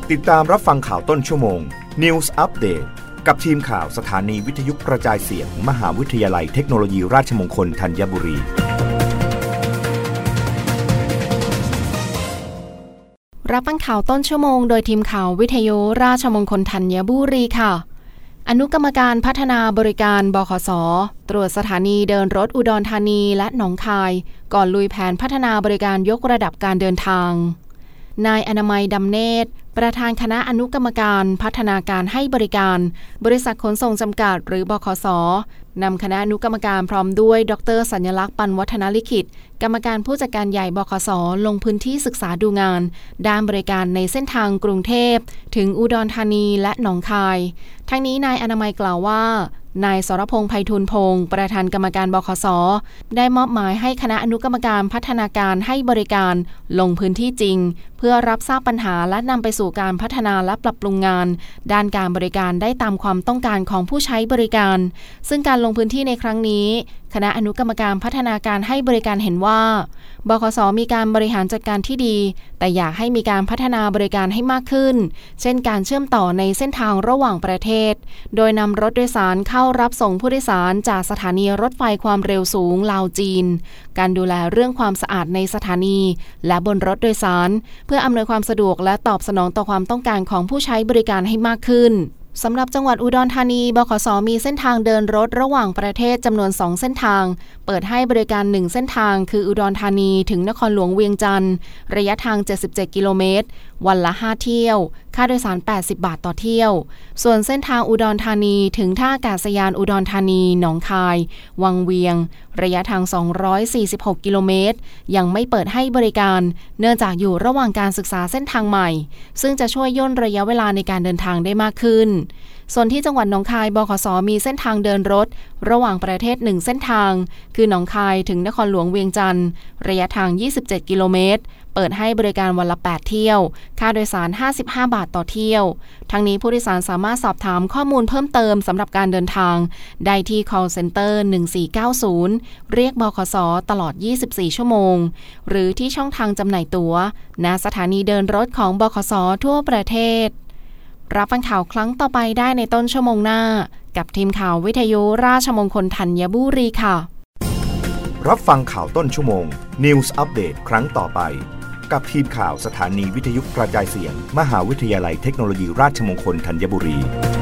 ติดตามรับฟังข่าวต้นชั่วโมง News Update กับทีมข่าวสถานีวิทยุกระจายเสียง มหาวิทยาลัยเทคโนโลยีราชมงคลธัญบุรีรับฟังข่าวต้นชั่วโมงโดยทีมข่าววิทยุราชมงคลธัญบุรีค่ะอนุกรรมการพัฒนาบริการบขส.ตรวจสถานีเดินรถอุดรธานีและหนองคายก่อนลุยแผนพัฒนาบริการยกระดับการเดินทางนายอนามัยดำเนตรประธานคณะอนุกรรมการพัฒนาการให้บริการบริษัทขนส่งจำกัดหรือบขส.นำคณะอนุกรรมการพร้อมด้วยดร.สัญลักษณ์ปันวัฒนลิขิตกรรมการผู้จัดการใหญ่บขส.ลงพื้นที่ศึกษาดูงานด้านบริการในเส้นทางกรุงเทพถึงอุดรธานีและหนองคายทั้งนี้นายอนามัยกล่าวว่านายสรพงษ์ไพฑูรย์พงศ์ประธานกรรมการบขส.ได้มอบหมายให้คณะอนุกรรมการพัฒนาการให้บริการลงพื้นที่จริงเพื่อรับทราบปัญหาและนำไปสู่การพัฒนาและปรับปรุงงานด้านการบริการได้ตามความต้องการของผู้ใช้บริการซึ่งการลงพื้นที่ในครั้งนี้คณะอนุกรรมการพัฒนาการให้บริการเห็นว่าบขส.มีการบริหารจัดการที่ดีแต่อยากให้มีการพัฒนาบริการให้มากขึ้นเช่นการเชื่อมต่อในเส้นทางระหว่างประเทศโดยนำรถโดยสารเข้ารับส่งผู้โดยสารจากสถานีรถไฟความเร็วสูงลาวจีนการดูแลเรื่องความสะอาดในสถานีและบนรถโดยสารเพื่ออำนวยความสะดวกและตอบสนองต่อความต้องการของผู้ใช้บริการให้มากขึ้นสำหรับจังหวัดอุดรธานีบขส.มีเส้นทางเดินรถระหว่างประเทศจำนวน2เส้นทางเปิดให้บริการ1เส้นทางคืออุดรธานีถึงนครหลวงเวียงจันทร์ระยะทาง77กิโลเมตรวันละ5เที่ยวค่าโดยสาร80บาทต่อเที่ยวส่วนเส้นทางอุดรธานีถึงท่าอากาศยานอุดรธานีหนองคายวังเวียงระยะทาง246กิโลเมตรยังไม่เปิดให้บริการเนื่องจากอยู่ระหว่างการศึกษาเส้นทางใหม่ซึ่งจะช่วยย่นระยะเวลาในการเดินทางได้มากขึ้นส่วนที่จังหวัดหนองคายบขส.มีเส้นทางเดินรถระหว่างประเทศ1เส้นทางคือหนองคายถึงนครหลวงเวียงจันทร์ระยะทาง27กิโลเมตรเปิดให้บริการวันละ8เที่ยวค่าโดยสาร55บาทต่อเที่ยวทั้งนี้ผู้โดยสารสามารถสอบถามข้อมูลเพิ่มเติมสำหรับการเดินทางได้ที่ call center 1490เรียกบขส.ตลอด24ชั่วโมงหรือที่ช่องทางจำหน่ายตั๋วณสถานีเดินรถของบขส.ทั่วประเทศรับฟังข่าวครั้งต่อไปได้ในต้นชั่วโมงหน้ากับทีมข่าววิทยุราชมงคลธัญบุรีค่ะรับฟังข่าวต้นชั่วโมง News Update ครั้งต่อไปกับทีมข่าวสถานีวิทยุกระจายเสียง มหาวิทยาลัยเทคโนโลยีราชมงคลธัญบุรี